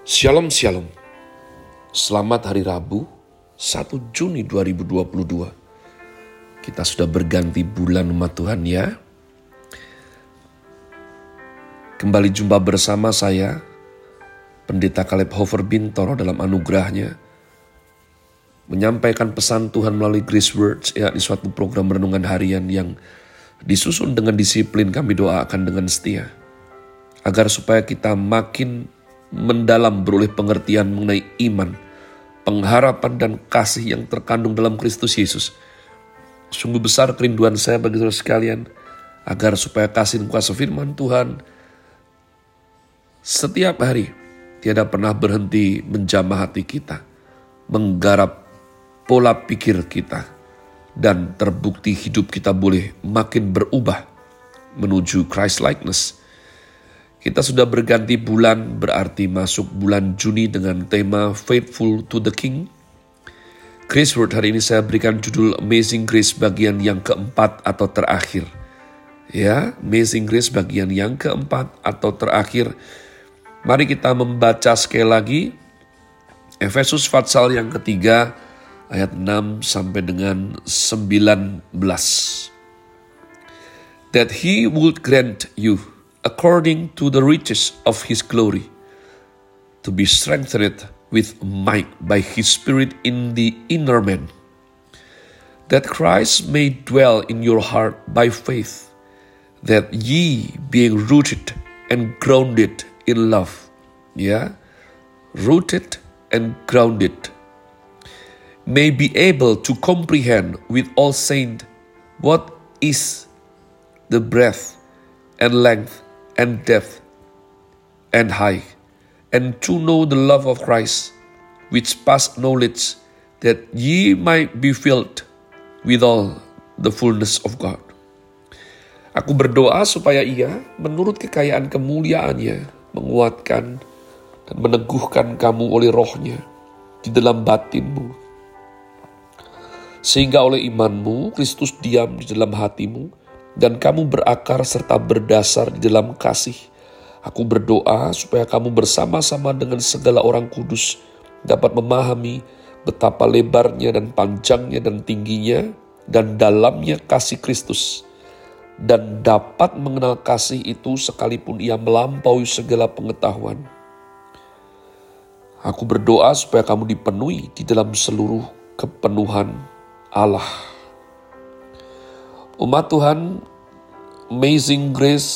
Shalom Shalom. Selamat hari Rabu 1 Juni 2022. Kita sudah berganti bulan umat Tuhan ya. Kembali jumpa bersama saya Pendeta Caleb Hofer Bintoro dalam anugerahnya menyampaikan pesan Tuhan melalui Grace Words, yakni suatu program renungan harian yang disusun dengan disiplin. Kami doakan dengan setia agar supaya kita makin mendalam beroleh pengertian mengenai iman, pengharapan dan kasih yang terkandung dalam Kristus Yesus. Sungguh besar kerinduan saya bagi saudara sekalian, agar supaya kasih dan kuasa firman Tuhan setiap hari tiada pernah berhenti menjamah hati kita, menggarap pola pikir kita, dan terbukti hidup kita boleh makin berubah menuju Christ likeness. Kita sudah berganti bulan, berarti masuk bulan Juni dengan tema Faithful to the King. Grace Word hari ini saya berikan judul Amazing Grace bagian yang keempat atau terakhir. Ya, Amazing Grace bagian yang keempat atau terakhir. Mari kita membaca sekali lagi Efesus pasal yang ketiga ayat 6 sampai dengan 19. That he would grant you according to the riches of his glory, to be strengthened with might by his Spirit in the inner man, that Christ may dwell in your heart by faith, that ye being rooted and grounded in love, rooted and grounded, may be able to comprehend with all saints what is the breadth and length and depth and height, and to know the love of Christ, which past knowledge, that ye might be filled with all the fullness of God. Aku berdoa supaya ia menurut kekayaan kemuliaannya menguatkan dan meneguhkan kamu oleh rohnya di dalam batinmu, sehingga oleh imanmu Kristus diam di dalam hatimu, dan kamu berakar serta berdasar di dalam kasih. Aku berdoa supaya kamu bersama-sama dengan segala orang kudus dapat memahami betapa lebarnya dan panjangnya dan tingginya dan dalamnya kasih Kristus, dan dapat mengenal kasih itu sekalipun ia melampaui segala pengetahuan. Aku berdoa supaya kamu dipenuhi di dalam seluruh kepenuhan Allah. Umat Tuhan, Amazing Grace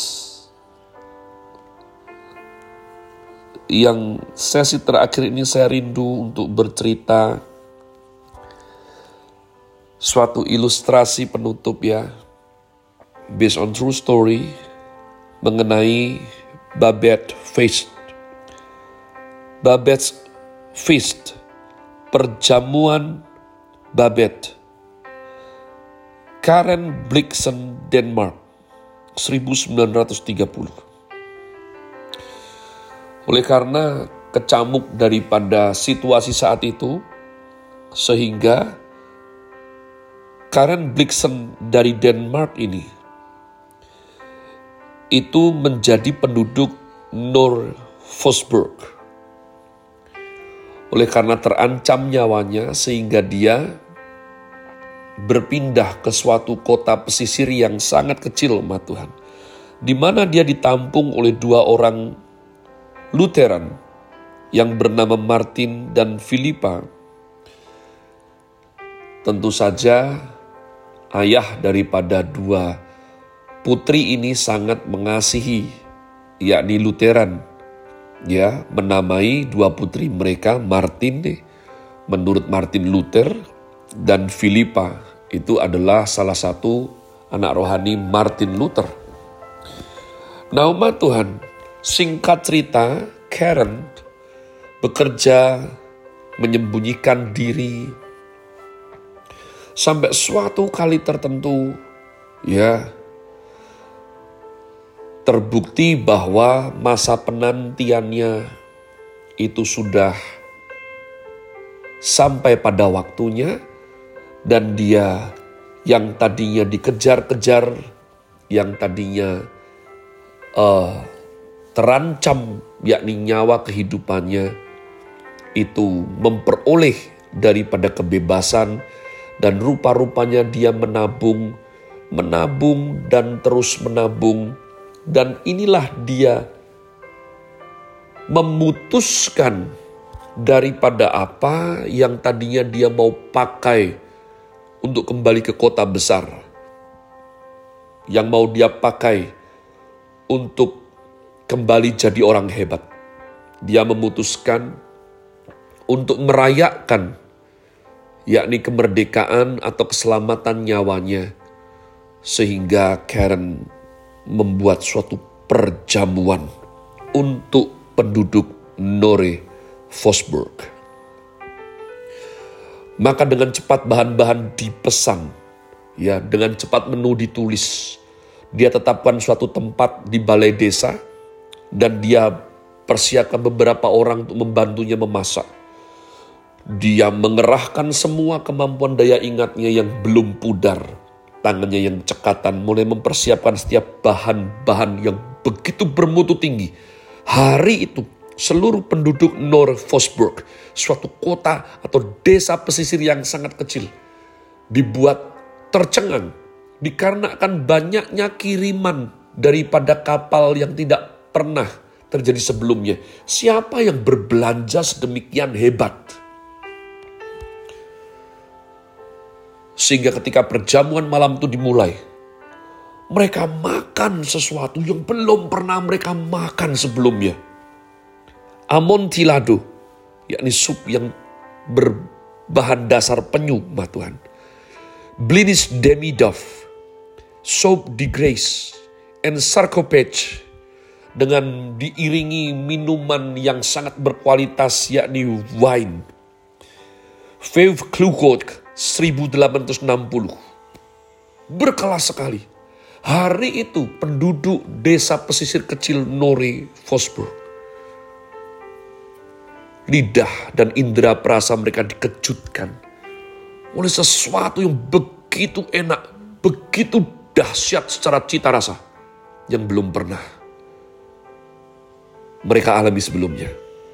yang sesi terakhir ini saya rindu untuk bercerita suatu ilustrasi penutup ya, based on true story mengenai Babette's Feast. Babette's Feast, perjamuan Babette. Karen Blixen, Denmark, 1930. Oleh karena kecamuk daripada situasi saat itu, sehingga Karen Blixen dari Denmark ini itu menjadi penduduk Norrfosburg. Oleh karena terancam nyawanya, sehingga dia berpindah ke suatu kota pesisir yang sangat kecil, umat Tuhan, di mana dia ditampung oleh dua orang Lutheran yang bernama Martin dan Philippa. Tentu saja ayah daripada dua putri ini sangat mengasihi, yakni Lutheran, menamai dua putri mereka Martin menurut Martin Luther, dan Philippa itu adalah salah satu anak rohani Martin Luther. Nah umat Tuhan, singkat cerita, Karen bekerja menyembunyikan diri sampai suatu kali tertentu terbukti bahwa masa penantiannya itu sudah sampai pada waktunya, dan dia yang tadinya dikejar-kejar, yang tadinya terancam yakni nyawa kehidupannya, itu memperoleh daripada kebebasan, dan rupa-rupanya dia menabung dan terus menabung, dan inilah dia memutuskan daripada apa yang tadinya dia mau pakai untuk kembali ke kota besar, yang mau dia pakai untuk kembali jadi orang hebat. Dia memutuskan untuk merayakan, yakni kemerdekaan atau keselamatan nyawanya, sehingga Karen membuat suatu perjamuan untuk penduduk Norre Vosburg. Maka dengan cepat bahan-bahan dipesan, ya, dengan cepat menu ditulis. Dia tetapkan suatu tempat di balai desa, dan dia persiapkan beberapa orang untuk membantunya memasak. Dia mengerahkan semua kemampuan daya ingatnya yang belum pudar, tangannya yang cekatan, mulai mempersiapkan setiap bahan-bahan yang begitu bermutu tinggi. Hari itu, seluruh penduduk Norre Vosburg, suatu kota atau desa pesisir yang sangat kecil, dibuat tercengang dikarenakan banyaknya kiriman daripada kapal yang tidak pernah terjadi sebelumnya. Siapa yang berbelanja sedemikian hebat? Sehingga ketika perjamuan malam itu dimulai, mereka makan sesuatu yang belum pernah mereka makan sebelumnya. Amontillado, yakni sup yang berbahan dasar penyu, Tuhan. Blinis demidov, soup de grace, and sarcopage, dengan diiringi minuman yang sangat berkualitas, yakni wine. Veuve Clicquot 1860. Berkelas sekali. Hari itu penduduk desa pesisir kecil Norre Vosburg, lidah dan indera perasa mereka dikejutkan oleh sesuatu yang begitu enak, begitu dahsyat secara cita rasa yang belum pernah mereka alami sebelumnya.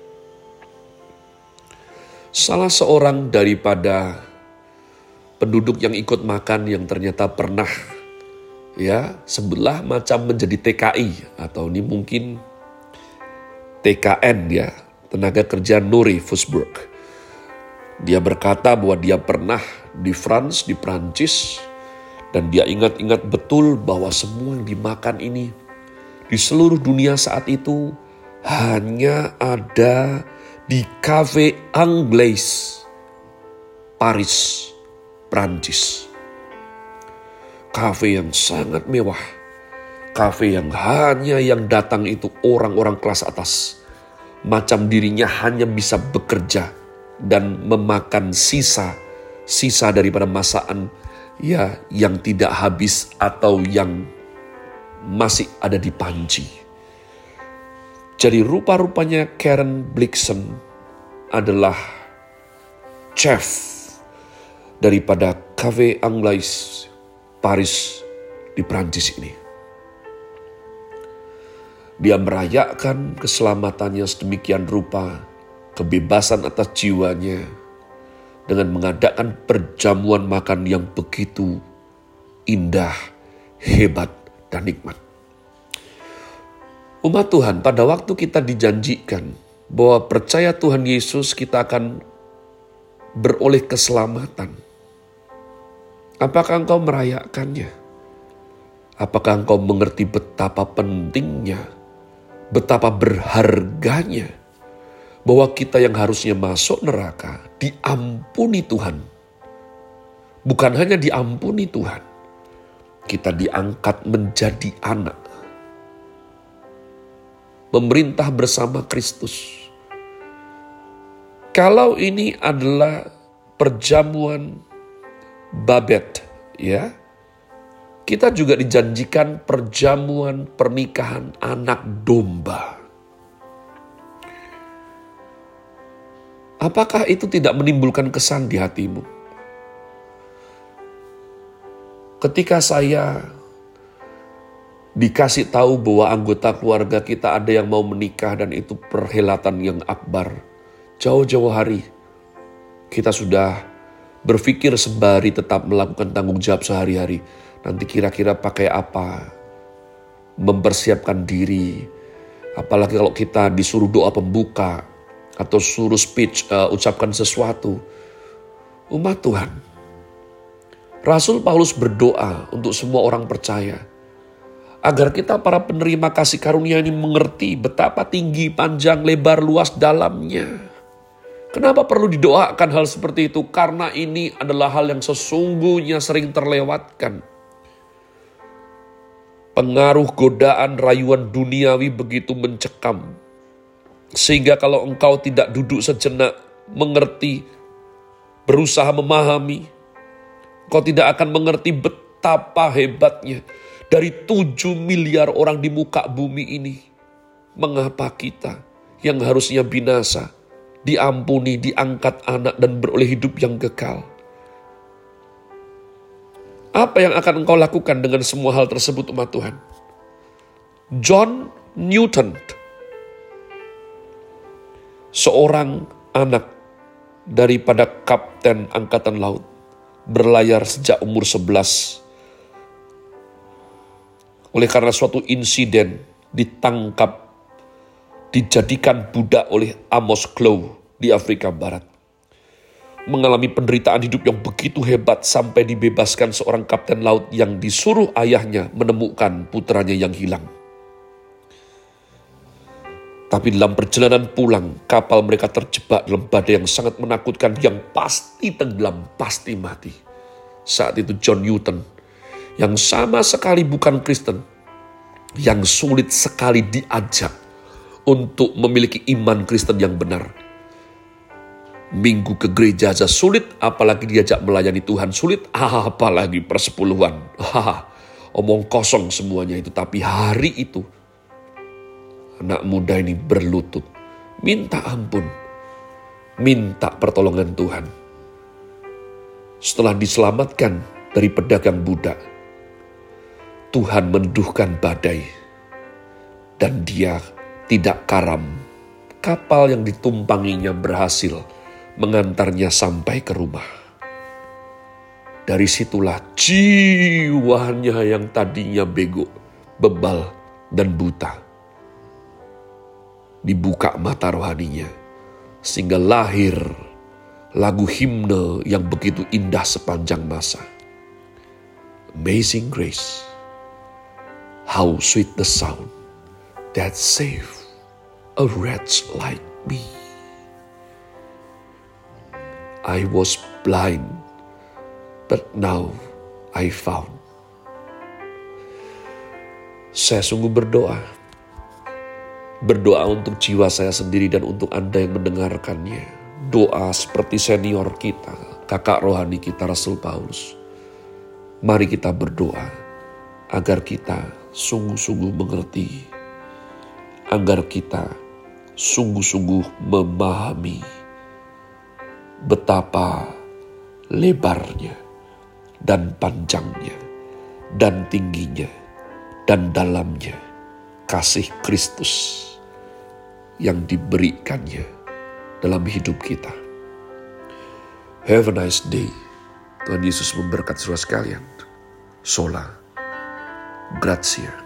Salah seorang daripada penduduk yang ikut makan yang ternyata pernah, ya, sebelah macam menjadi TKI, atau ini mungkin TKN, ya, tenaga kerja Norre Vosburg. Dia berkata bahwa dia pernah di France, di Prancis, dan dia ingat-ingat betul bahwa semua yang dimakan ini di seluruh dunia saat itu hanya ada di Cafe Anglais, Paris, Prancis. Cafe yang sangat mewah, cafe yang hanya yang datang itu orang-orang kelas atas, macam dirinya hanya bisa bekerja dan memakan sisa daripada masakan, ya, yang tidak habis atau yang masih ada di panci. Jadi rupa-rupanya Karen Blixen adalah chef daripada Cafe Anglais Paris di Prancis ini. Dia merayakan keselamatannya sedemikian rupa, kebebasan atas jiwanya, dengan mengadakan perjamuan makan yang begitu indah, hebat, dan nikmat. Umat Tuhan, pada waktu kita dijanjikan bahwa percaya Tuhan Yesus kita akan beroleh keselamatan, apakah engkau merayakannya? Apakah engkau mengerti betapa pentingnya, betapa berharganya, bahwa kita yang harusnya masuk neraka diampuni Tuhan. Bukan hanya diampuni Tuhan, kita diangkat menjadi anak, memerintah bersama Kristus. Kalau ini adalah perjamuan Babet, ya, kita juga dijanjikan perjamuan pernikahan anak domba. Apakah itu tidak menimbulkan kesan di hatimu? Ketika saya Dikasih tahu bahwa anggota keluarga kita ada yang mau menikah dan itu perhelatan yang akbar. Jauh-jauh hari kita sudah berpikir sembari tetap melakukan tanggung jawab sehari-hari. Nanti kira-kira pakai apa, mempersiapkan diri. Apalagi kalau kita disuruh doa pembuka atau suruh speech, ucapkan sesuatu. Umat Tuhan, Rasul Paulus berdoa untuk semua orang percaya, agar kita para penerima kasih karunia ini mengerti betapa tinggi, panjang, lebar, luas, dalamnya. Kenapa perlu didoakan hal seperti itu? Karena ini adalah hal yang sesungguhnya sering terlewatkan. Pengaruh godaan rayuan duniawi begitu mencekam. Sehingga kalau engkau tidak duduk sejenak, mengerti, berusaha memahami, engkau tidak akan mengerti betapa hebatnya. Dari 7 miliar orang di muka bumi ini, mengapa kita yang harusnya binasa, diampuni, diangkat anak dan beroleh hidup yang kekal? Apa yang akan engkau lakukan dengan semua hal tersebut, umat Tuhan? John Newton, seorang anak daripada kapten angkatan laut, berlayar sejak umur 11. Oleh karena suatu insiden ditangkap, dijadikan budak oleh Amos Glow di Afrika Barat. Mengalami penderitaan hidup yang begitu hebat sampai dibebaskan seorang kapten laut yang disuruh ayahnya menemukan putranya yang hilang. Tapi dalam perjalanan pulang, kapal mereka terjebak dalam badai yang sangat menakutkan, yang pasti tenggelam, pasti mati. Saat itu John Newton, yang sama sekali bukan Kristen, yang sulit sekali diajak untuk memiliki iman Kristen yang benar. Minggu ke gereja aja sulit, apalagi diajak melayani Tuhan sulit, apalagi persepuluhan. Omong kosong semuanya itu. Tapi hari itu, anak muda ini berlutut, minta ampun, minta pertolongan Tuhan. Setelah diselamatkan dari pedagang budak, Tuhan menduhkan badai dan dia tidak karam. Kapal yang ditumpanginya berhasil mengantarnya sampai ke rumah. Dari situlah jiwanya yang tadinya bego, bebal, dan buta dibuka mata rohaninya, sehingga lahir lagu himne yang begitu indah sepanjang masa. Amazing Grace, how sweet the sound that saved a wretch like me. I was blind, but now I found. Saya sungguh berdoa untuk jiwa saya sendiri dan untuk Anda yang mendengarkannya. Doa seperti senior kita, kakak rohani kita Rasul Paulus. Mari kita berdoa agar kita sungguh-sungguh mengerti, agar kita sungguh-sungguh memahami betapa lebarnya dan panjangnya dan tingginya dan dalamnya kasih Kristus yang diberikannya dalam hidup kita. Have a nice day. Tuhan Yesus memberkati saudara sekalian. Sola Gratia.